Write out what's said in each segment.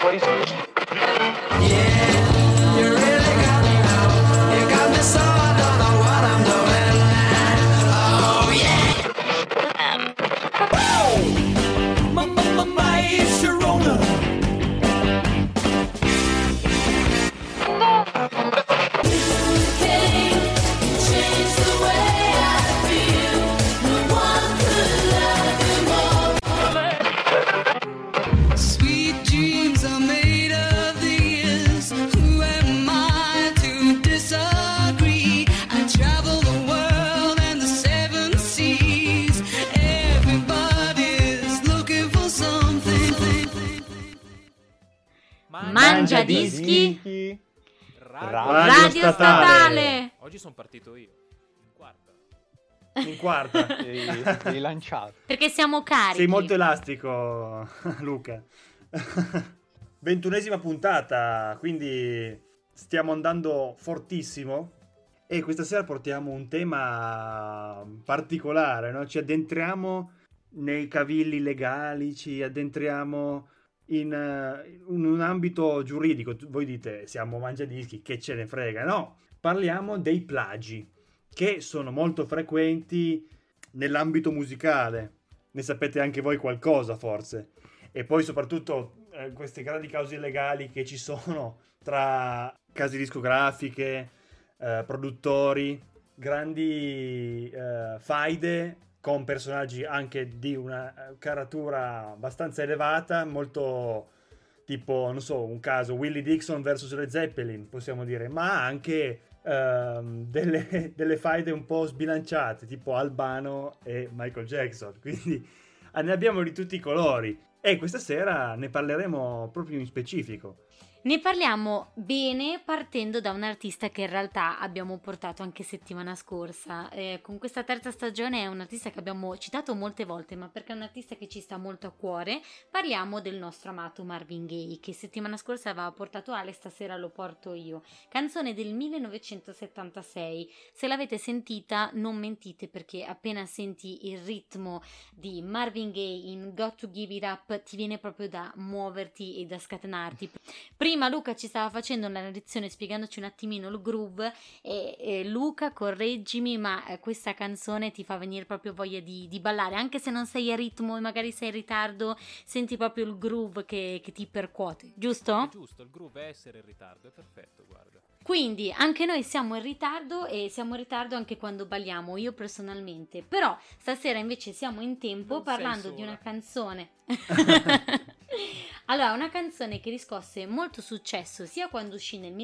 fuori Mangia dischi Radio Statale. Oggi sono partito io. In quarta. Sei lanciato. Perché siamo carichi. Sei molto elastico, Luca. 21esima puntata, quindi stiamo andando fortissimo. E questa sera portiamo un tema particolare, no? Ci addentriamo nei cavilli legali, ci addentriamo in un ambito giuridico. Voi dite, siamo mangiadischi, che ce ne frega? No, parliamo dei plagi, che sono molto frequenti nell'ambito musicale. Ne sapete anche voi qualcosa, forse. E poi soprattutto queste grandi cause legali che ci sono tra case discografiche, produttori, grandi faide con personaggi anche di una caratura abbastanza elevata, molto tipo, non so, un caso Willie Dixon versus Led Zeppelin, possiamo dire, ma anche delle faide un po' sbilanciate, tipo Albano e Michael Jackson, quindi ne abbiamo di tutti i colori e questa sera ne parleremo proprio in specifico. Ne parliamo bene partendo da un artista che in realtà abbiamo portato anche settimana scorsa. Con questa terza stagione è un artista che abbiamo citato molte volte, ma perché è un artista che ci sta molto a cuore. Parliamo del nostro amato Marvin Gaye, che settimana scorsa aveva portato Ale, stasera lo porto io. Canzone del 1976. Se l'avete sentita non mentite, perché appena senti il ritmo di Marvin Gaye in Got to Give It Up ti viene proprio da muoverti e da scatenarti. Prima Luca ci stava facendo una lezione spiegandoci un attimino il groove e Luca, correggimi, ma questa canzone ti fa venire proprio voglia di ballare, anche se non sei a ritmo e magari sei in ritardo, senti proprio il groove che ti percuote, giusto? È giusto, il groove è essere in ritardo, è perfetto, guarda. Quindi anche noi siamo in ritardo e siamo in ritardo anche quando balliamo, io personalmente, però stasera invece siamo in tempo parlando di una canzone. Allora, una canzone che riscosse molto successo sia quando uscì nel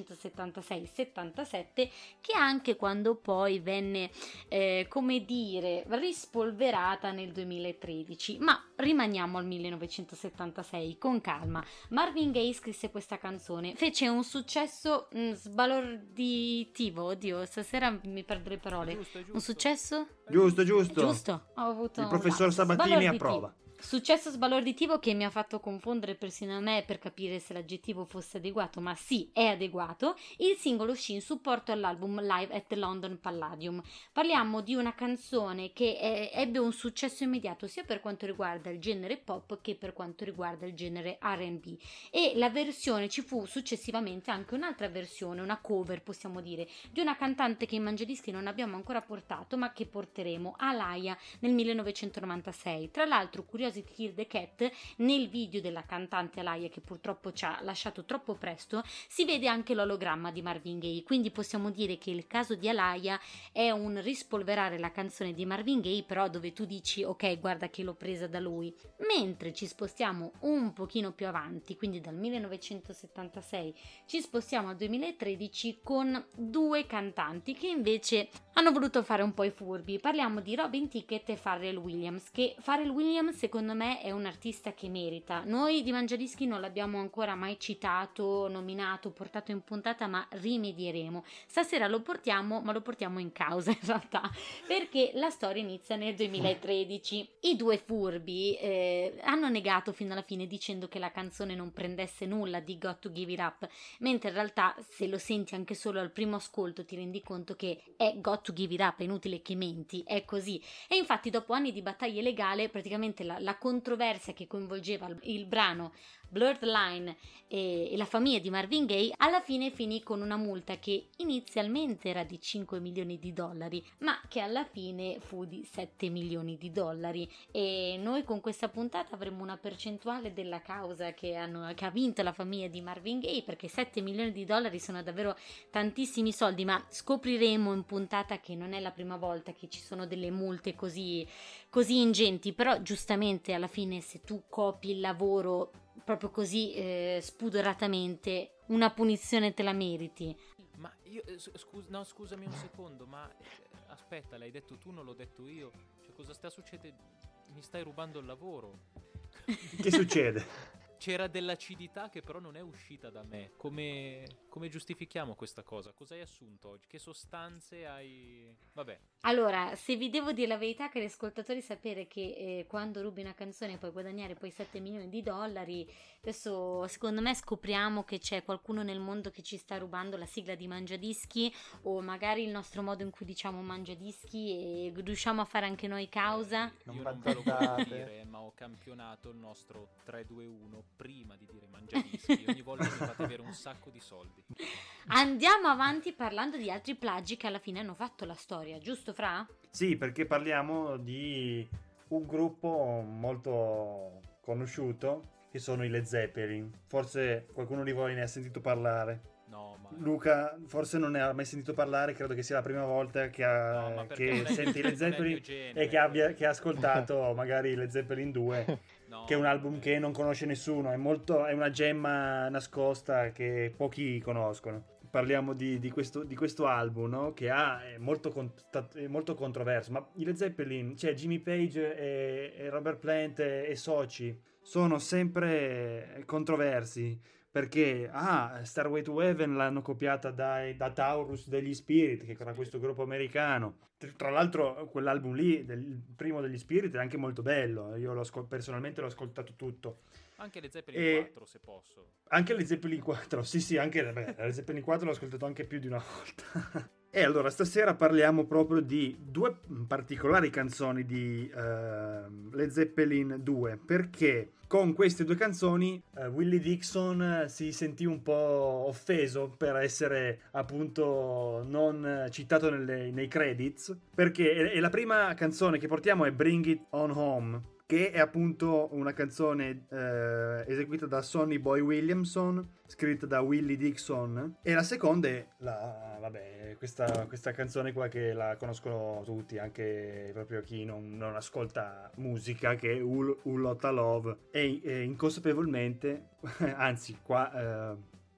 1976-77 che anche quando poi venne, come dire, rispolverata nel 2013. Ma rimaniamo al 1976 con calma. Marvin Gaye scrisse questa canzone, fece un successo sbalorditivo. Oddio, stasera mi perdo le parole. Giusto. Un successo? Giusto. Giusto? Ho avuto Il professor Sabatini approva. Successo sbalorditivo che mi ha fatto confondere persino a me per capire se l'aggettivo fosse adeguato, ma sì, è adeguato. Il singolo uscì in supporto all'album Live at the London Palladium. Parliamo di una canzone che ebbe un successo immediato sia per quanto riguarda il genere pop che per quanto riguarda il genere R&B, e la versione, ci fu successivamente anche un'altra versione, una cover possiamo dire, di una cantante che in Mangiadischi non abbiamo ancora portato ma che porteremo, Alaya, nel 1996. Tra l'altro, Curiosity Kill the Cat, nel video della cantante Alaya, che purtroppo ci ha lasciato troppo presto, si vede anche l'ologramma di Marvin Gaye, quindi possiamo dire che il caso di Alaya è un rispolverare la canzone di Marvin Gaye, però dove tu dici ok, guarda che l'ho presa da lui. Mentre ci spostiamo un pochino più avanti, quindi dal 1976 ci spostiamo al 2013 con due cantanti che invece hanno voluto fare un po' i furbi. Parliamo di Robin Ticket e Pharrell Williams, che Pharrell Williams secondo me è un artista che merita. Noi di Mangiadischi non l'abbiamo ancora mai citato, nominato, portato in puntata, ma rimedieremo. Stasera lo portiamo, ma lo portiamo in causa in realtà, perché la storia inizia nel 2013. I due furbi hanno negato fino alla fine dicendo che la canzone non prendesse nulla di Got to Give It Up, mentre in realtà se lo senti anche solo al primo ascolto ti rendi conto che è Got to Give It Up, è inutile che menti, è così. E infatti dopo anni di battaglie legale praticamente la controversia che coinvolgeva il brano Blurred Line e la famiglia di Marvin Gaye, alla fine finì con una multa che inizialmente era di 5 milioni di dollari, ma che alla fine fu di 7 milioni di dollari. E noi con questa puntata avremo una percentuale della causa che ha vinto la famiglia di Marvin Gaye, perché 7 milioni di dollari sono davvero tantissimi soldi, ma scopriremo in puntata che non è la prima volta che ci sono delle multe così ingenti. Però giustamente alla fine, se tu copi il lavoro proprio così spudoratamente, una punizione te la meriti. Ma io, scusami un secondo, ma aspetta, l'hai detto tu, non l'ho detto io. Cioè, cosa sta succedendo? Mi stai rubando il lavoro. Che succede? C'era dell'acidità che però non è uscita da me. Come giustifichiamo questa cosa? Cosa hai assunto oggi? Che sostanze hai... Vabbè. Allora, se vi devo dire la verità, che gli ascoltatori sapere che quando rubi una canzone puoi guadagnare poi 7 milioni di dollari, adesso secondo me scopriamo che c'è qualcuno nel mondo che ci sta rubando la sigla di Mangiadischi, o magari il nostro modo in cui diciamo Mangiadischi, e riusciamo a fare anche noi causa. Io non ve lo voglio dire, ma ho campionato il nostro 3-2-1 prima di dire Mangiadischi. Ogni volta mi fate avere un sacco di soldi. Andiamo avanti parlando di altri plagi che alla fine hanno fatto la storia, giusto Fra? Sì, perché parliamo di un gruppo molto conosciuto, che sono i Led Zeppelin. Forse qualcuno di voi ne ha sentito parlare. No, ma... Luca forse non ne ha mai sentito parlare, credo che sia la prima volta che, No, ma perché non è- sente i Led non è il mio Zeppelin genere. e che ha ascoltato magari Led Zeppelin 2, No, che è un album che non conosce nessuno, è una gemma nascosta che pochi conoscono. Parliamo di questo album, no? Che è molto controverso, ma i Led Zeppelin, cioè Jimmy Page e Robert Plant e soci, sono sempre controversi, perché Stairway to Heaven l'hanno copiata da Taurus degli Spirit, che era questo gruppo americano. Tra l'altro quell'album lì, il primo degli Spirit, è anche molto bello. Io personalmente l'ho ascoltato tutto. anche le Zeppelin 4, se posso. Anche le Zeppelin 4, sì, anche le Zeppelin 4 l'ho ascoltato anche più di una volta. E allora stasera parliamo proprio di due particolari canzoni di Led Zeppelin 2, perché con queste due canzoni Willie Dixon si sentì un po' offeso per essere appunto non citato nei credits, perché la prima canzone che portiamo è Bring It On Home, che è appunto una canzone eseguita da Sonny Boy Williamson, scritta da Willie Dixon, e la seconda è questa canzone qua che la conoscono tutti, anche proprio chi non ascolta musica, che è Lotta Love, e inconsapevolmente, anzi qua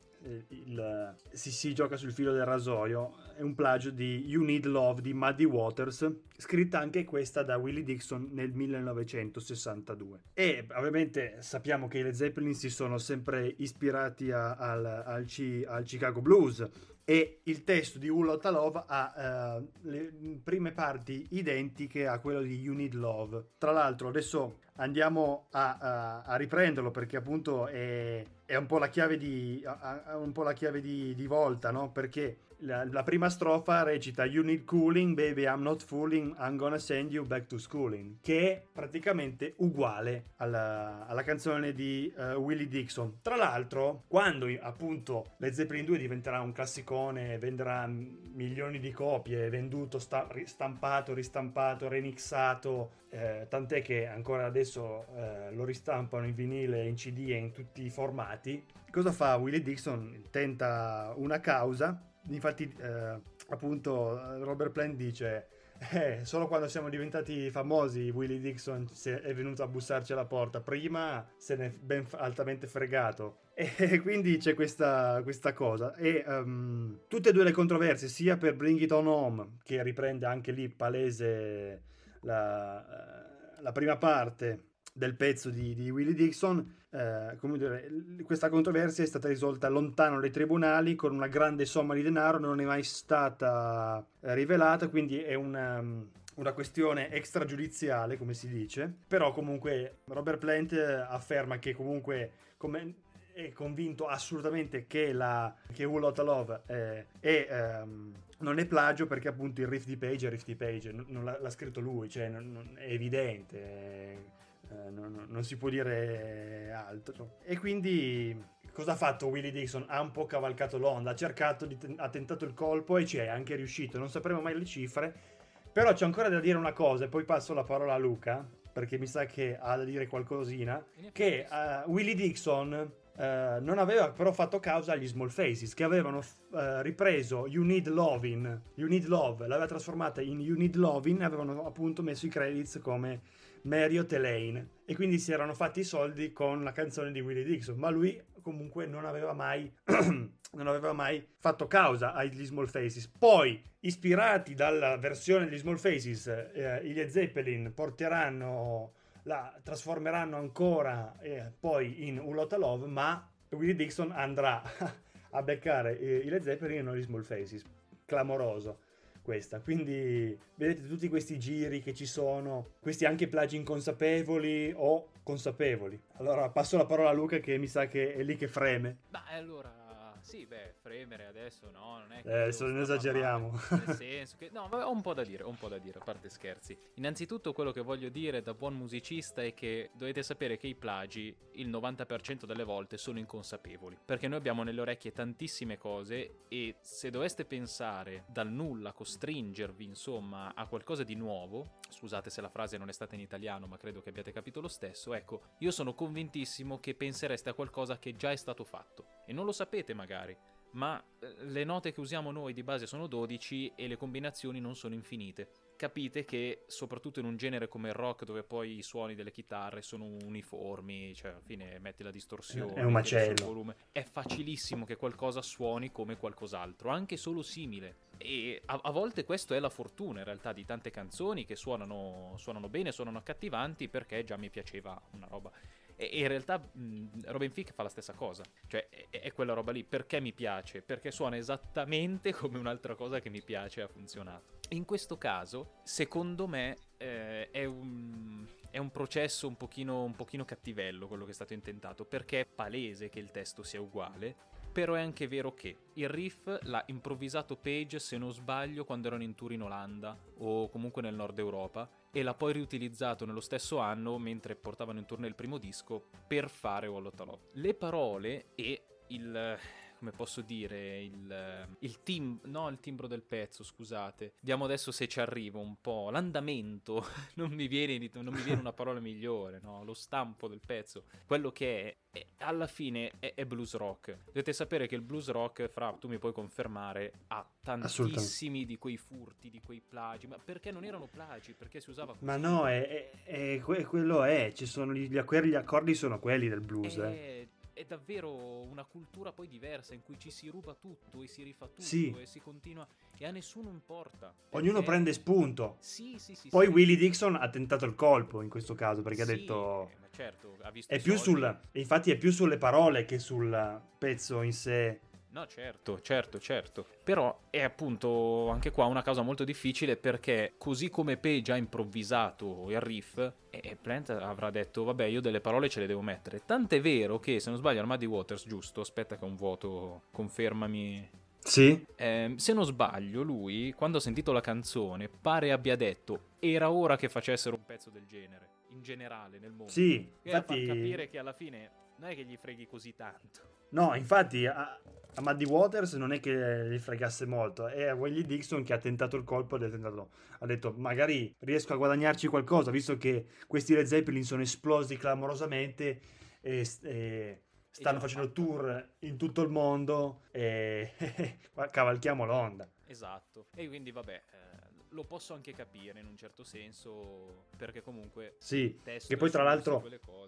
si gioca sul filo del rasoio, è un plagio di You Need Love di Muddy Waters, scritta anche questa da Willie Dixon nel 1962. E ovviamente sappiamo che i Led Zeppelin si sono sempre ispirati al Chicago Blues, e il testo di Lotta Love ha le prime parti identiche a quello di You Need Love. Tra l'altro adesso andiamo a riprenderlo, perché appunto è un po' la chiave di volta, no? Perché la prima strofa recita You need cooling, baby, I'm not fooling, I'm gonna send you back to schooling, che è praticamente uguale alla canzone di Willie Dixon. Tra l'altro, quando appunto Led Zeppelin 2 diventerà un classicone, venderà milioni di copie, venduto, stampato, ristampato, remixato, tant'è che ancora adesso lo ristampano in vinile, in CD e in tutti i formati. Cosa fa Willie Dixon? Tenta una causa. Infatti appunto Robert Plant dice solo quando siamo diventati famosi Willie Dixon è venuto a bussarci alla porta, prima se ne è ben altamente fregato. E quindi c'è questa cosa, e tutte e due le controversie, sia per Bring It On Home, che riprende anche lì palese la prima parte del pezzo di Willie Dixon, come dire, questa controversia è stata risolta lontano dai tribunali con una grande somma di denaro, non è mai stata rivelata, quindi è una questione extragiudiziale, come si dice. Però comunque Robert Plant afferma che comunque è convinto assolutamente che Whole Lotta Love non è plagio, perché appunto il riff di Page è riff di Page, non l'ha scritto lui, cioè è evidente. non si può dire altro. E quindi cosa ha fatto Willie Dixon? Ha un po' cavalcato l'onda, ha tentato il colpo e ci è anche riuscito. Non sapremo mai le cifre, però c'è ancora da dire una cosa, e poi passo la parola a Luca, perché mi sa che ha da dire qualcosina, che Willie Dixon non aveva però fatto causa agli Small Faces, che avevano ripreso You Need Love, l'aveva trasformata in You Need Lovin', e avevano appunto messo i credits come Marriott e Lane, e quindi si erano fatti i soldi con la canzone di Willie Dixon, ma lui comunque non aveva mai fatto causa agli Small Faces. Poi, ispirati dalla versione degli Small Faces, i Led Zeppelin la trasformeranno ancora poi in Un Lotta Love, ma Willie Dixon andrà a beccare i Led Zeppelin e non gli Small Faces. Clamoroso questa. Quindi vedete tutti questi giri che ci sono, questi anche plagi inconsapevoli o consapevoli. Allora passo la parola a Luca, che mi sa che è lì che freme. Allora, sì, fremere adesso no, non è che Adesso ne esageriamo. nel senso che no, ho un po' da dire, a parte scherzi. Innanzitutto quello che voglio dire da buon musicista è che dovete sapere che i plagi il 90% delle volte sono inconsapevoli, perché noi abbiamo nelle orecchie tantissime cose, e se doveste pensare dal nulla, costringervi insomma a qualcosa di nuovo, scusate se la frase non è stata in italiano, ma credo che abbiate capito lo stesso, ecco, io sono convintissimo che pensereste a qualcosa che già è stato fatto e non lo sapete magari, ma le note che usiamo noi di base sono 12 e le combinazioni non sono infinite. Capite che soprattutto in un genere come il rock, dove poi i suoni delle chitarre sono uniformi, cioè alla fine metti la distorsione, è un macello, il volume, è facilissimo che qualcosa suoni come qualcos'altro, anche solo simile. E a volte questo è la fortuna in realtà di tante canzoni che suonano bene, suonano accattivanti, perché già mi piaceva una roba. E in realtà Robin Thicke fa la stessa cosa, cioè è quella roba lì. Perché mi piace? Perché suona esattamente come un'altra cosa che mi piace e ha funzionato. In questo caso, secondo me, è un processo un pochino cattivello quello che è stato intentato, perché è palese che il testo sia uguale. Però è anche vero che il riff l'ha improvvisato Page, se non sbaglio, quando erano in tour in Olanda o comunque nel nord Europa, e l'ha poi riutilizzato nello stesso anno mentre portavano in tournée il primo disco per fare All Out Love. Le parole e come posso dire, il timbro del pezzo, scusate. Vediamo adesso se ci arrivo un po'. L'andamento, non mi viene una parola migliore, no? Lo stampo del pezzo. Quello che è alla fine è blues rock. Dovete sapere che il blues rock, Fra, tu mi puoi confermare, ha tantissimi di quei furti, di quei plagi. Ma perché non erano plagi? Perché si usava così? Ma no, quello è. Ci sono gli accordi sono quelli del blues, È davvero una cultura poi diversa, in cui ci si ruba tutto e si rifà tutto, sì, e si continua, e a nessuno importa. Ognuno prende spunto. Sì. Poi Willie Dixon ha tentato il colpo in questo caso, perché ha detto... Ma certo, ha visto è più infatti è più sulle parole che sul pezzo in sé. No, certo. Però è appunto anche qua una cosa molto difficile, perché così come Page ha improvvisato il riff, e Plant avrà detto vabbè, io delle parole ce le devo mettere. Tant'è vero che, se non sbaglio, al Muddy Waters, giusto? Aspetta che ho un vuoto, confermami. Sì. Se non sbaglio, lui, quando ha sentito la canzone, pare abbia detto era ora che facessero un pezzo del genere, in generale, nel mondo. Sì, che infatti... fa capire che alla fine non è che gli freghi così tanto. No, infatti a Muddy Waters non è che gli fregasse molto, è a Willie Dixon che ha tentato il colpo ed ha detto magari riesco a guadagnarci qualcosa, visto che questi Led Zeppelin sono esplosi clamorosamente e stanno facendo tour in tutto il mondo e cavalchiamo l'onda. Esatto. E quindi vabbè, lo posso anche capire in un certo senso, perché comunque sì, che poi tra l'altro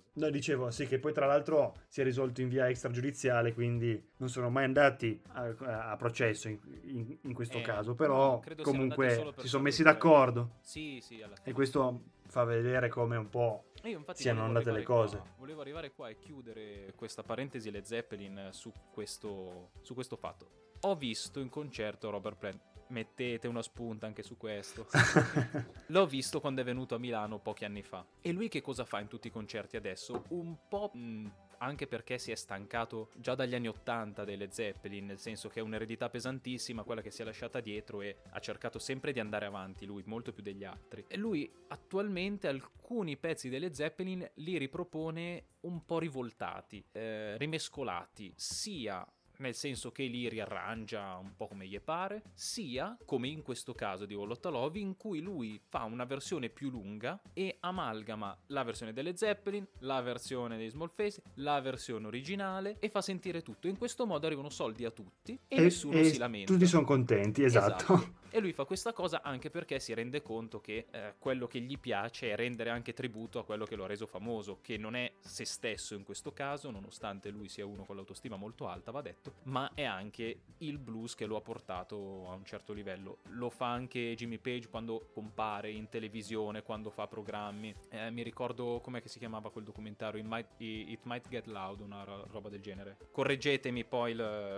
che poi tra l'altro si è risolto in via extragiudiziale, quindi non sono mai andati a processo in questo caso, però comunque si sono messi d'accordo. Sì, alla fine. E questo fa vedere come un po' siano andate le cose. Volevo arrivare qua e chiudere questa parentesi Led Zeppelin su questo fatto. Ho visto in concerto Robert Plant. Mettete una spunta anche su questo. L'ho visto quando è venuto a Milano pochi anni fa. E lui che cosa fa in tutti i concerti adesso? Un po' anche perché si è stancato già dagli anni 80 delle Zeppelin, nel senso che è un'eredità pesantissima quella che si è lasciata dietro, e ha cercato sempre di andare avanti lui, molto più degli altri. E lui attualmente alcuni pezzi delle Zeppelin li ripropone un po' rivoltati, rimescolati, sia nel senso che li riarrangia un po' come gli pare, sia, come in questo caso di All Outta Love, in cui lui fa una versione più lunga e amalgama la versione delle Zeppelin, la versione dei Small Faces, la versione originale, e fa sentire tutto. In questo modo arrivano soldi a tutti e nessuno si lamenta. Tutti sono contenti, esatto. E lui fa questa cosa anche perché si rende conto che quello che gli piace è rendere anche tributo a quello che lo ha reso famoso, che non è se stesso in questo caso, nonostante lui sia uno con l'autostima molto alta, va detto, ma è anche il blues che lo ha portato a un certo livello. Lo fa anche Jimmy Page quando compare in televisione, quando fa programmi. Mi ricordo com'è che si chiamava quel documentario, It Might Get Loud, una roba del genere. Correggetemi poi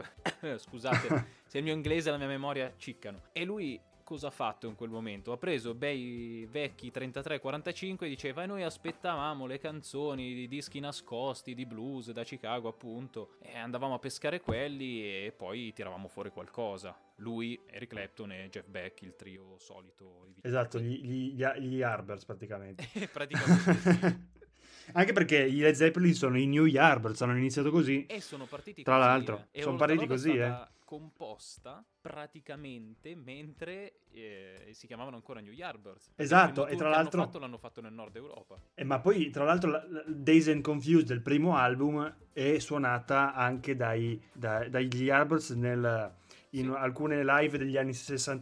scusate se il mio inglese e la mia memoria ciccano. E lui cosa ha fatto in quel momento? Ha preso bei vecchi 33-45 e diceva: e noi aspettavamo le canzoni di dischi nascosti di blues da Chicago, appunto, e andavamo a pescare quelli e poi tiravamo fuori qualcosa. Lui, Eric Clapton e Jeff Beck, il trio solito. Esatto, gli Yardbirds praticamente. Praticamente sì. Anche perché i Led Zeppelin sono i New Yardbirds, hanno iniziato così. E sono partiti tra così. l'altro, E sono partiti Love così, è stata composta praticamente mentre si chiamavano ancora New Yardbirds. Esatto, e tra l'altro l'hanno fatto nel nord Europa. Ma poi tra l'altro Dazed and Confused del primo album è suonata anche dagli Yardbirds in alcune live degli anni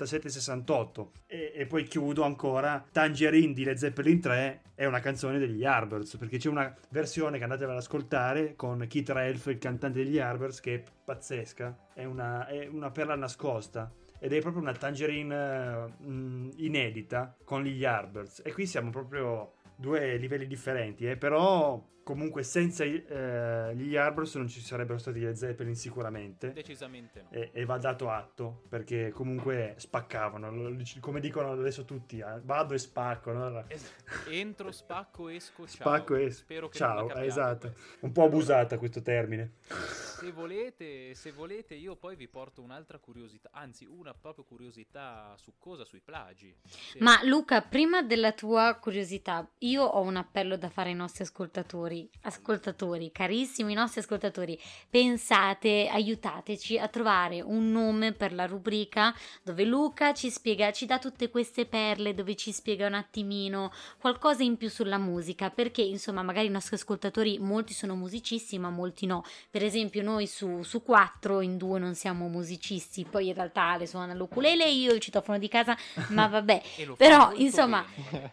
67-68 e poi chiudo ancora Tangerine di Led Zeppelin 3 è una canzone degli Yardbirds, perché c'è una versione che andate ad ascoltare con Keith Relf, il cantante degli Yardbirds, che è pazzesca, è una perla nascosta ed è proprio una Tangerine inedita con gli Yardbirds, e qui siamo proprio due livelli differenti, però comunque senza gli Yardbirds non ci sarebbero stati gli Led Zeppelin sicuramente. Decisamente no. E va dato atto, perché comunque spaccavano, come dicono adesso tutti, vado e spacco, no? Entro, spacco, esco, ciao. Spacco, esco, Spero che ciao, non la capiate, esatto. questo. Un po' abusata questo termine. Se volete io poi vi porto un'altra curiosità, anzi una proprio curiosità succosa sui plagi. Sì. Ma Luca, prima della tua curiosità, io ho un appello da fare ai nostri ascoltatori, carissimi nostri ascoltatori. Pensate, aiutateci a trovare un nome per la rubrica dove Luca ci dà tutte queste perle, dove ci spiega un attimino qualcosa in più sulla musica, perché insomma magari i nostri ascoltatori, molti sono musicisti ma molti no. Per esempio noi su 4 in 2 non siamo musicisti, poi in realtà Ale suona l'ukulele e io il citofono di casa, ma vabbè. Però insomma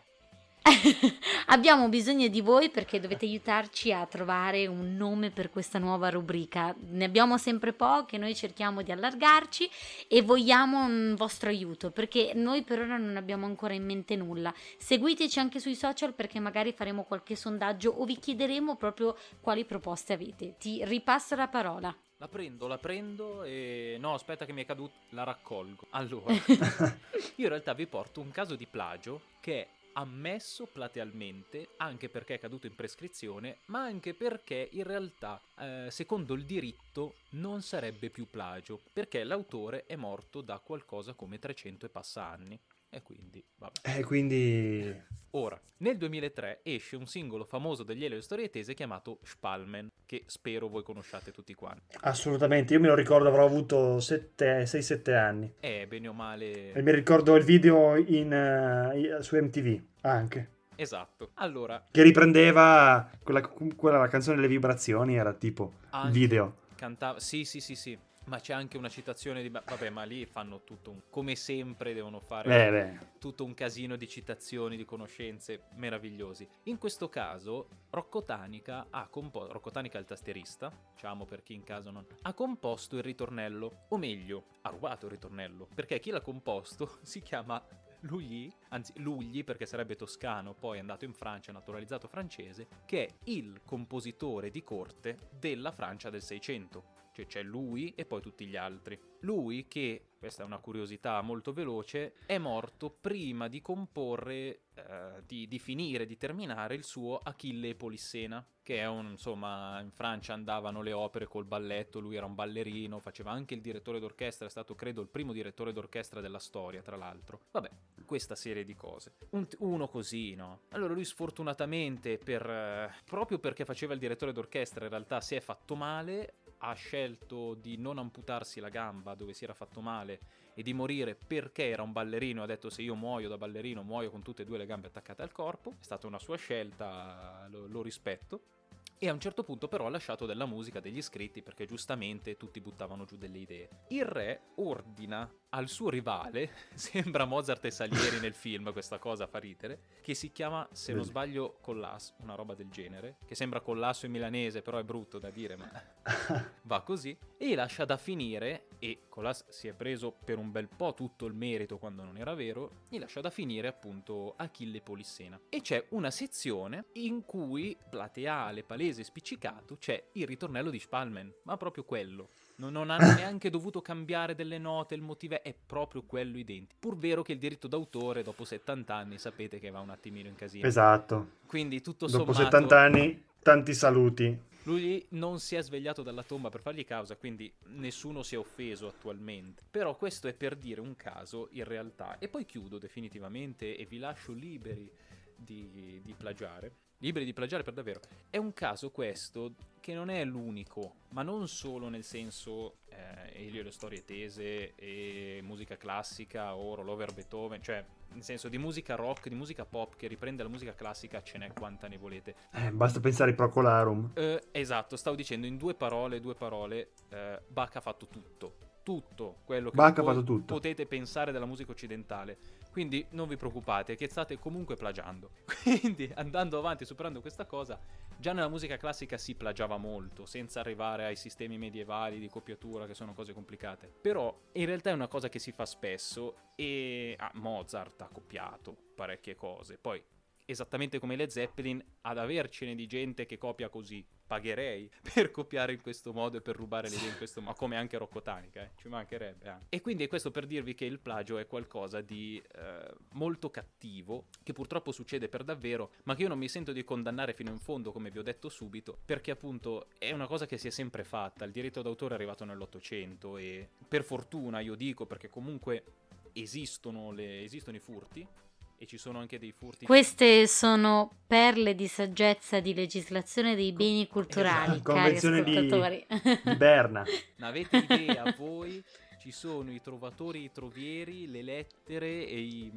abbiamo bisogno di voi, perché dovete aiutarci a trovare un nome per questa nuova rubrica. Ne abbiamo sempre poche, noi cerchiamo di allargarci e vogliamo un vostro aiuto, perché noi per ora non abbiamo ancora in mente nulla. Seguiteci anche sui social, perché magari faremo qualche sondaggio o vi chiederemo proprio quali proposte avete. Ti ripasso la parola. La prendo e... no, aspetta che mi è caduta, la raccolgo. Allora, io in realtà vi porto un caso di plagio che è ammesso platealmente, anche perché è caduto in prescrizione, ma anche perché in realtà, secondo il diritto, non sarebbe più plagio, perché l'autore è morto da qualcosa come 300 e passa anni. E quindi, vabbè. Quindi... Ora, nel 2003 esce un singolo famoso degli Elio Storie Tese chiamato Spalmen, che spero voi conosciate tutti quanti. Assolutamente, io me lo ricordo, avrò avuto 6-7 anni. Bene o male... E mi ricordo il video su MTV, anche. Esatto, allora... Che riprendeva quella la canzone delle vibrazioni, era tipo video. Cantava... Sì. Ma c'è anche una citazione di... Vabbè, ma lì fanno tutto come sempre devono fare tutto un casino di citazioni, di conoscenze meravigliosi. In questo caso Rocco Tanica Rocco Tanica è il tastierista, diciamo per chi in caso non... ha composto il ritornello, o meglio, ha rubato il ritornello, perché chi l'ha composto si chiama Lugli, perché sarebbe toscano, poi è andato in Francia, naturalizzato francese, che è il compositore di corte della Francia del 600. Cioè c'è lui e poi tutti gli altri. Lui che, questa è una curiosità molto veloce, è morto prima di comporre di finire, di terminare il suo Achille e Polissena, che è insomma, in Francia andavano le opere col balletto, lui era un ballerino, faceva anche il direttore d'orchestra, è stato credo il primo direttore d'orchestra della storia, tra l'altro. Vabbè, questa serie di cose. Uno così, no? Allora lui sfortunatamente, proprio perché faceva il direttore d'orchestra, in realtà si è fatto male, ha scelto di non amputarsi la gamba dove si era fatto male e di morire perché era un ballerino. Ha detto: se io muoio da ballerino muoio con tutte e due le gambe attaccate al corpo. È stata una sua scelta, lo rispetto. E a un certo punto però ha lasciato della musica, degli scritti, perché giustamente tutti buttavano giù delle idee. Il re ordina al suo rivale, sembra Mozart e Salieri nel film, questa cosa fa ridere, che si chiama, se non sbaglio, Collas, una roba del genere, che sembra Collasso in milanese, però è brutto da dire, ma va così, e lascia da finire, e Collas si è preso per un bel po' tutto il merito quando non era vero, gli lascia da finire appunto Achille Polissena. E c'è una sezione in cui, plateale, palese, spiccicato, c'è il ritornello di Spalmen, ma proprio quello. Non hanno neanche dovuto cambiare delle note, il motivo è proprio quello identico. Pur vero che il diritto d'autore dopo 70 anni sapete che va un attimino in casino. Esatto. Quindi tutto dopo sommato 70 anni, tanti saluti. Lui non si è svegliato dalla tomba per fargli causa, quindi nessuno si è offeso attualmente. Però questo è per dire un caso in realtà. E poi chiudo definitivamente e vi lascio liberi di plagiare. Liberi di plagiare per davvero. È un caso questo che non è l'unico, ma non solo nel senso Elio e le storie tese e musica classica o Rollover Beethoven, cioè nel senso di musica rock, di musica pop che riprende la musica classica ce n'è quanta ne volete. Basta pensare ai Procolarum. Esatto, stavo dicendo in due parole, Bach ha fatto tutto quello che Bach ha fatto tutto. potete pensare della musica occidentale. Quindi non vi preoccupate, che state comunque plagiando. Quindi andando avanti, superando questa cosa, già nella musica classica si plagiava molto, senza arrivare ai sistemi medievali di copiatura, che sono cose complicate. Però in realtà è una cosa che si fa spesso e Mozart ha copiato parecchie cose. Poi, esattamente come le Zeppelin, ad avercene di gente che copia così, pagherei per copiare in questo modo e per rubare le idee in questo modo, come anche Rocco Tanica, ci mancherebbe anche. E quindi è questo per dirvi che il plagio è qualcosa di molto cattivo, che purtroppo succede per davvero, ma che io non mi sento di condannare fino in fondo, come vi ho detto subito, perché appunto è una cosa che si è sempre fatta. Il diritto d'autore è arrivato nell'800 e per fortuna, io dico, perché comunque esistono i furti, e ci sono anche dei furti. Queste sono perle di saggezza di legislazione dei beni culturali, cari ascoltatori. Di Berna. Non avete idea voi? Ci sono i trovatori, i trovieri, le lettere e i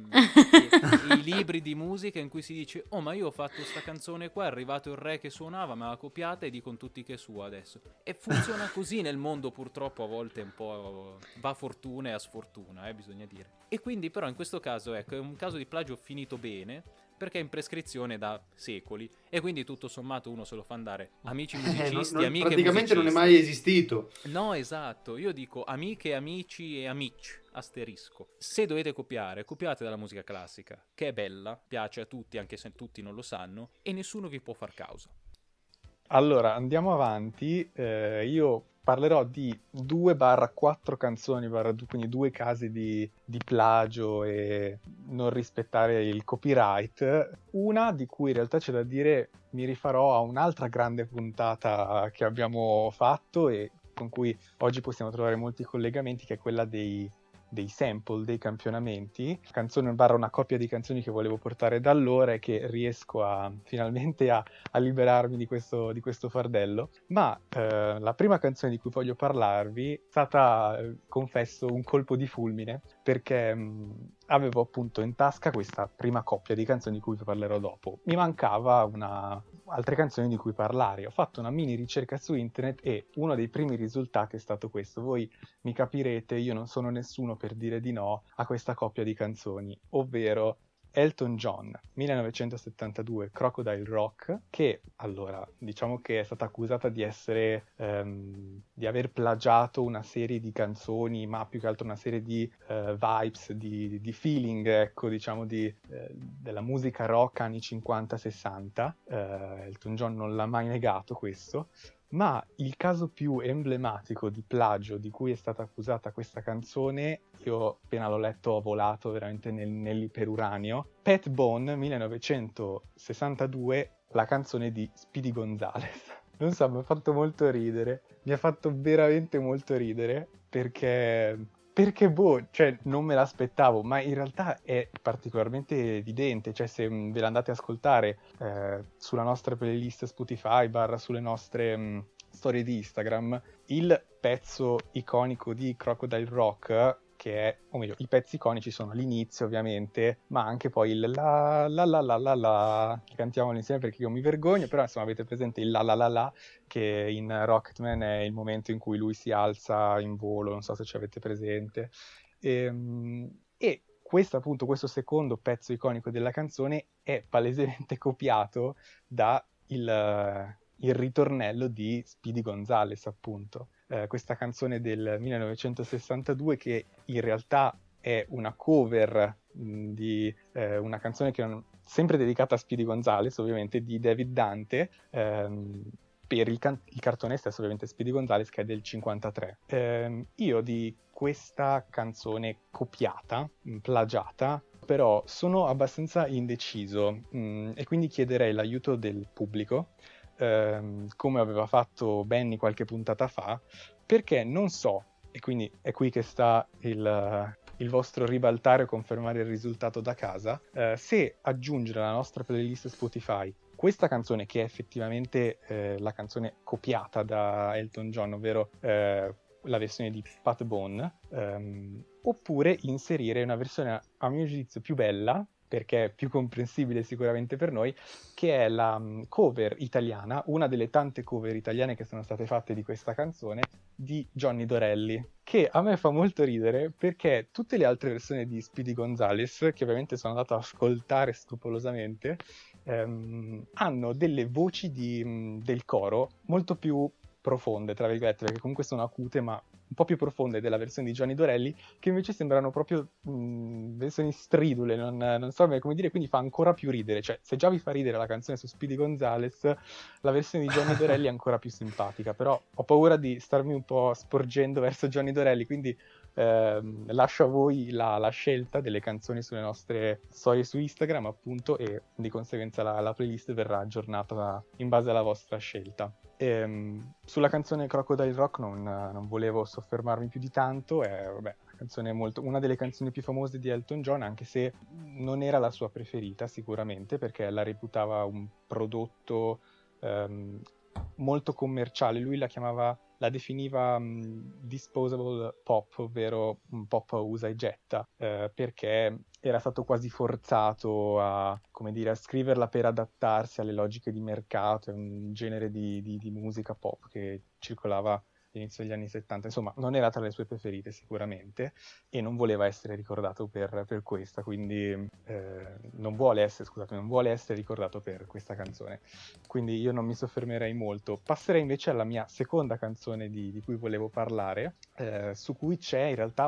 libri di musica in cui si dice: oh, ma io ho fatto sta canzone qua, è arrivato il re che suonava, me l'ha copiata e dicono tutti che è sua adesso. E funziona così nel mondo, purtroppo a volte un po' va a fortuna e a sfortuna, bisogna dire. E quindi però in questo caso, ecco, è un caso di plagio finito bene, perché è in prescrizione da secoli e quindi tutto sommato uno se lo fa andare. Amici musicisti, amiche praticamente musicisti. non è mai esistito. No, esatto, io dico amiche, amici e amici, asterisco. Se dovete copiare, copiate dalla musica classica, che è bella, piace a tutti anche se tutti non lo sanno e nessuno vi può far causa. Allora, andiamo avanti. Io parlerò di 2/4 canzoni, quindi 2 casi di plagio e non rispettare il copyright. Una di cui in realtà c'è da dire, mi rifarò a un'altra grande puntata che abbiamo fatto e con cui oggi possiamo trovare molti collegamenti, che è quella dei sample, dei campionamenti, canzone / una coppia di canzoni che volevo portare da allora e che riesco finalmente a liberarmi di questo fardello. Ma la prima canzone di cui voglio parlarvi è stata, confesso, un colpo di fulmine, perché avevo appunto in tasca questa prima coppia di canzoni di cui vi parlerò dopo. Mi mancava altre canzoni di cui parlare. Ho fatto una mini ricerca su internet e uno dei primi risultati è stato questo. Voi mi capirete, io non sono nessuno per dire di no a questa coppia di canzoni, ovvero Elton John, 1972, Crocodile Rock, che allora diciamo che è stata accusata di essere di aver plagiato una serie di canzoni, ma più che altro una serie di vibes, di feeling, ecco, diciamo, della musica rock anni 50-60. Elton John non l'ha mai negato questo, ma il caso più emblematico di plagio di cui è stata accusata questa canzone, io appena l'ho letto ho volato veramente nell'iperuranio. Pat Boone, 1962, la canzone di Speedy Gonzales. Non so, mi ha fatto molto ridere, mi ha fatto veramente molto ridere, perché cioè non me l'aspettavo, ma in realtà è particolarmente evidente, cioè se ve l'andate a ascoltare sulla nostra playlist Spotify / sulle nostre storie di Instagram, il pezzo iconico di Crocodile Rock, che è, o meglio, i pezzi iconici sono l'inizio ovviamente, ma anche poi il la la la la la la, che cantiamolo insieme perché io mi vergogno, però insomma avete presente il la la la la, che in Rocketman è il momento in cui lui si alza in volo, non so se ci avete presente. E questo secondo pezzo iconico della canzone è palesemente copiato da il ritornello di Speedy Gonzales, appunto. Questa canzone del 1962 che in realtà è una cover di una canzone che sempre dedicata a Speedy Gonzales, ovviamente, di David Dante, per il cartone stesso, ovviamente, Speedy Gonzales, che è del 53. Io di questa canzone copiata, plagiata, però sono abbastanza indeciso e quindi chiederei l'aiuto del pubblico, come aveva fatto Benny qualche puntata fa, perché non so, e quindi è qui che sta il vostro ribaltare o confermare il risultato da casa, se aggiungere alla nostra playlist Spotify questa canzone, che è effettivamente la canzone copiata da Elton John, ovvero la versione di Pat Boone, oppure inserire una versione a mio giudizio più bella, perché è più comprensibile sicuramente per noi, che è la cover italiana, una delle tante cover italiane che sono state fatte di questa canzone, di Johnny Dorelli, che a me fa molto ridere perché tutte le altre versioni di Speedy Gonzales, che ovviamente sono andato ad ascoltare scrupolosamente, hanno delle voci del coro molto più profonde, tra virgolette, perché comunque sono acute, ma un po' più profonde della versione di Johnny Dorelli, che invece sembrano proprio versioni stridule, non so come dire, quindi fa ancora più ridere. Cioè, se già vi fa ridere la canzone su Speedy Gonzales, la versione di Johnny Dorelli è ancora più simpatica, però ho paura di starmi un po' sporgendo verso Johnny Dorelli, quindi lascio a voi la scelta delle canzoni sulle nostre storie su Instagram, appunto, e di conseguenza la playlist verrà aggiornata in base alla vostra scelta. Sulla canzone Crocodile Rock non volevo soffermarmi più di tanto, è vabbè, una delle canzoni più famose di Elton John, anche se non era la sua preferita sicuramente, perché la reputava un prodotto molto commerciale. Lui la definiva disposable pop, ovvero un pop usa e getta, perché era stato quasi forzato a scriverla per adattarsi alle logiche di mercato, è un genere di musica pop che circolava all'inizio degli anni 70, insomma non era tra le sue preferite sicuramente, e non voleva essere ricordato per questa, quindi non vuole essere ricordato per questa canzone, quindi io non mi soffermerei molto. Passerei invece alla mia seconda canzone di cui volevo parlare, su cui c'è in realtà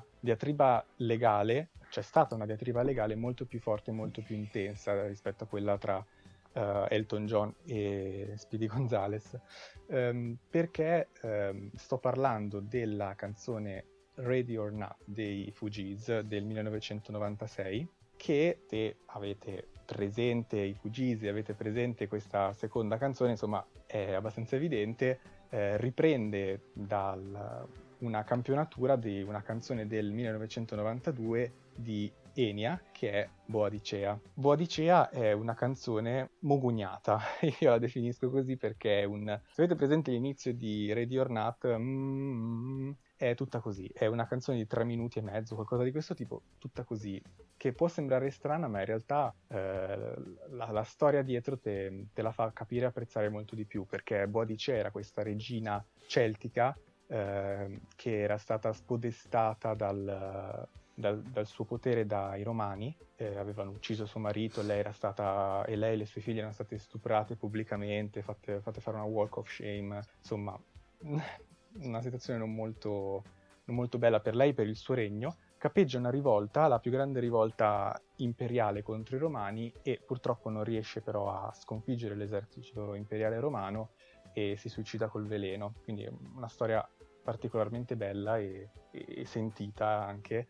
c'è stata una diatriba legale molto più forte e molto più intensa rispetto a quella tra Elton John e Speedy Gonzales, perché sto parlando della canzone Ready or Not dei Fugees del 1996, che se avete presente i Fugees e avete presente questa seconda canzone, insomma è abbastanza evidente, riprende una campionatura di una canzone del 1992 di Enya, che è Boadicea. Boadicea è una canzone mogugnata, io la definisco così perché se avete presente l'inizio di Ready or Not, è tutta così, è una canzone di 3 minuti e mezzo, qualcosa di questo tipo, tutta così, che può sembrare strana, ma in realtà la storia dietro te la fa capire e apprezzare molto di più, perché Boadicea era questa regina celtica che era stata spodestata dal suo potere dai romani, avevano ucciso suo marito, lei e le sue figlie erano state stuprate pubblicamente, fatte fare una walk of shame, insomma una situazione non molto bella per lei, per il suo regno, capeggia una rivolta, la più grande rivolta imperiale contro i Romani, e purtroppo non riesce però a sconfiggere l'esercito imperiale romano e si suicida col veleno. Quindi è una storia particolarmente bella e sentita anche,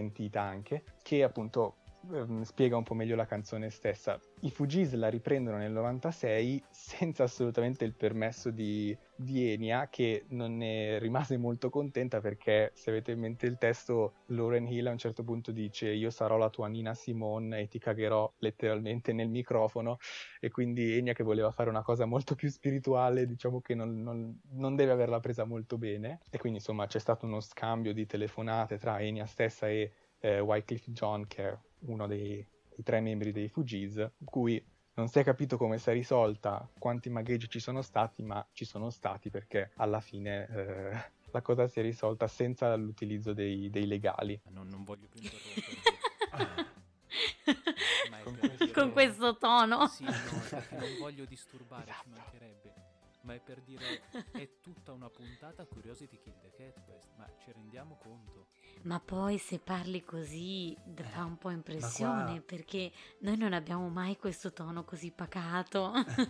che appunto spiega un po' meglio la canzone stessa. I Fugees la riprendono nel 96 senza assolutamente il permesso di Enya, che non ne rimase molto contenta, perché se avete in mente il testo, Lauryn Hill a un certo punto dice: io sarò la tua Nina Simone e ti cagherò letteralmente nel microfono, e quindi Enya, che voleva fare una cosa molto più spirituale, diciamo che non deve averla presa molto bene, e quindi insomma c'è stato uno scambio di telefonate tra Enya stessa e Wyclef Jean, che è uno dei 3 membri dei Fugees, in cui non si è capito come si è risolta, quanti magheggi ci sono stati, ma ci sono stati, perché alla fine la cosa si è risolta senza l'utilizzo dei legali. Non voglio più interromperti. Ma è per dire- Con questo tono. Sì, no, perché non voglio disturbare, ci mancherebbe. Ma è per dire, è tutta una puntata Curiosity Kill the Cat questa, ma ci rendiamo conto? Ma poi se parli così fa un po' impressione, qua- perché noi non abbiamo mai questo tono così pacato.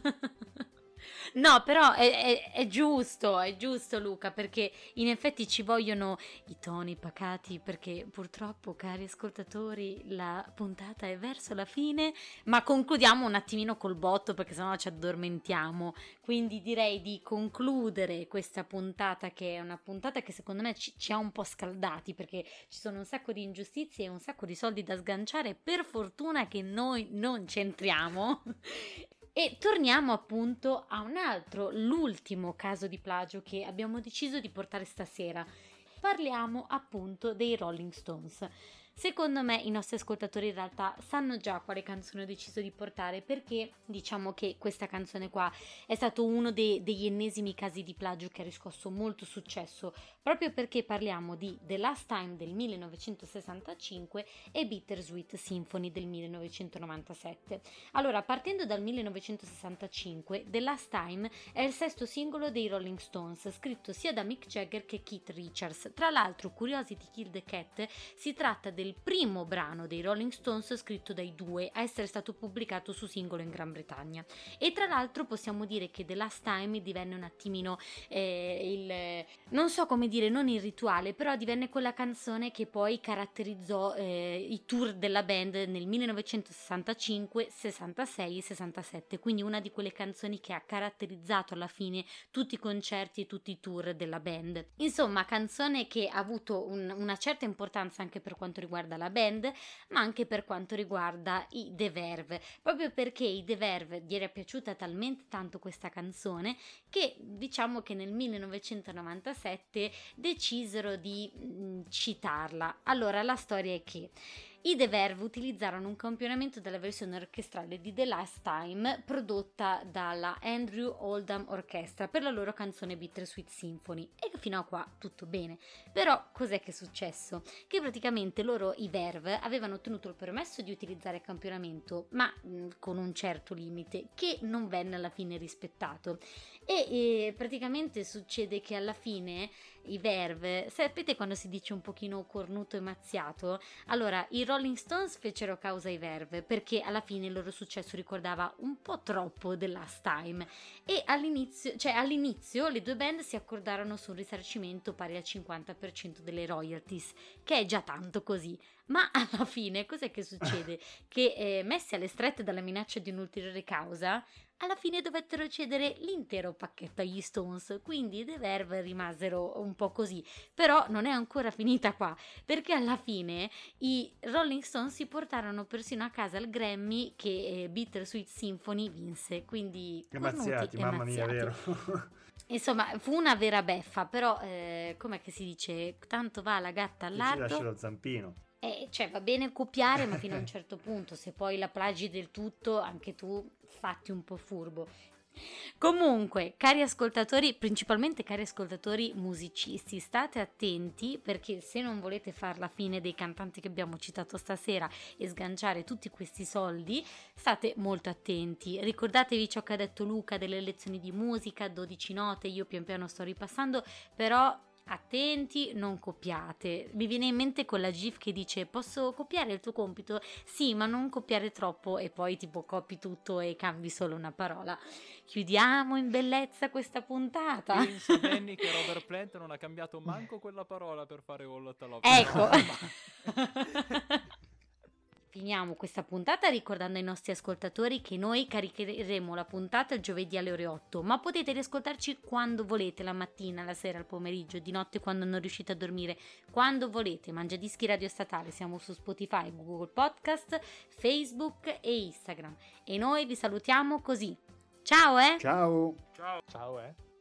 No, però è giusto Luca, perché in effetti ci vogliono i toni pacati, perché purtroppo, cari ascoltatori, la puntata è verso la fine, ma concludiamo un attimino col botto, perché sennò ci addormentiamo. Quindi direi di concludere questa puntata, che è una puntata che secondo me ci ha un po' scaldati, perché ci sono un sacco di ingiustizie e un sacco di soldi da sganciare. Per fortuna che noi non c'entriamo. E torniamo appunto a un altro, l'ultimo caso di plagio che abbiamo deciso di portare stasera. Parliamo appunto dei Rolling Stones. Secondo me i nostri ascoltatori in realtà sanno già quale canzone ho deciso di portare, perché diciamo che questa canzone qua è stato uno degli ennesimi casi di plagio che ha riscosso molto successo, proprio perché parliamo di The Last Time del 1965 e Bittersweet Symphony del 1997. Allora, partendo dal 1965, The Last Time è il sesto singolo dei Rolling Stones, scritto sia da Mick Jagger che Keith Richards. Tra l'altro, Curiosity Kill the Cat si tratta del primo brano dei Rolling Stones scritto dai due a essere stato pubblicato su singolo in Gran Bretagna. E tra l'altro possiamo dire che The Last Time divenne un attimino non so come dire, non il rituale, però divenne quella canzone che poi caratterizzò i tour della band nel 1965, 66 e 67, quindi una di quelle canzoni che ha caratterizzato alla fine tutti i concerti e tutti i tour della band. Insomma, canzone che ha avuto una certa importanza anche per quanto riguarda la band, ma anche per quanto riguarda i The Verve, proprio perché i The Verve gli era piaciuta talmente tanto questa canzone che diciamo che nel 1997 decisero di citarla. Allora, la storia è che i The Verve utilizzarono un campionamento della versione orchestrale di The Last Time prodotta dalla Andrew Oldham Orchestra per la loro canzone Bittersweet Symphony, e fino a qua tutto bene. Però cos'è che è successo? Che praticamente loro, i Verve, avevano ottenuto il permesso di utilizzare il campionamento, ma con un certo limite che non venne alla fine rispettato, e praticamente succede che alla fine i Verve, sapete quando si dice un pochino cornuto e mazziato? Allora, i Rolling Stones fecero causa ai Verve perché alla fine il loro successo ricordava un po' troppo The Last Time, e all'inizio le due band si accordarono su un risarcimento pari al 50% delle royalties, che è già tanto così. Ma alla fine cos'è che succede? Che messi alle strette dalla minaccia di un'ulteriore causa, alla fine dovettero cedere l'intero pacchetto agli Stones, quindi The Verve rimasero un po' così. Però non è ancora finita qua, perché alla fine i Rolling Stones si portarono persino a casa il Grammy che Bittersweet Symphony vinse, quindi Mazziati, mamma mia, vero? Insomma, fu una vera beffa, però com'è che si dice? Tanto va la gatta al Ci lardo. lascia lo zampino. Cioè va bene copiare, ma fino a un certo punto, se poi la plagi del tutto, anche tu fatti un po' furbo. Comunque, cari ascoltatori, principalmente cari ascoltatori musicisti, state attenti, perché se non volete far la fine dei cantanti che abbiamo citato stasera e sganciare tutti questi soldi, state molto attenti. Ricordatevi ciò che ha detto Luca delle lezioni di musica, 12 note, io pian piano sto ripassando, però attenti, non copiate. Mi viene in mente quella gif che dice: posso copiare il tuo compito? Sì, ma non copiare troppo, e poi tipo copi tutto e cambi solo una parola. Chiudiamo in bellezza questa puntata. Pensa Danny che Robert Plant non ha cambiato manco quella parola per fare All Out Love. Ecco. No, Finiamo questa puntata ricordando ai nostri ascoltatori che noi caricheremo la puntata il giovedì alle ore 8, ma potete riascoltarci quando volete, la mattina, la sera, il pomeriggio, di notte quando non riuscite a dormire, quando volete. Mangiadischi Radio Statale, siamo su Spotify, Google Podcast, Facebook e Instagram. E noi vi salutiamo così. Ciao! Ciao! Ciao,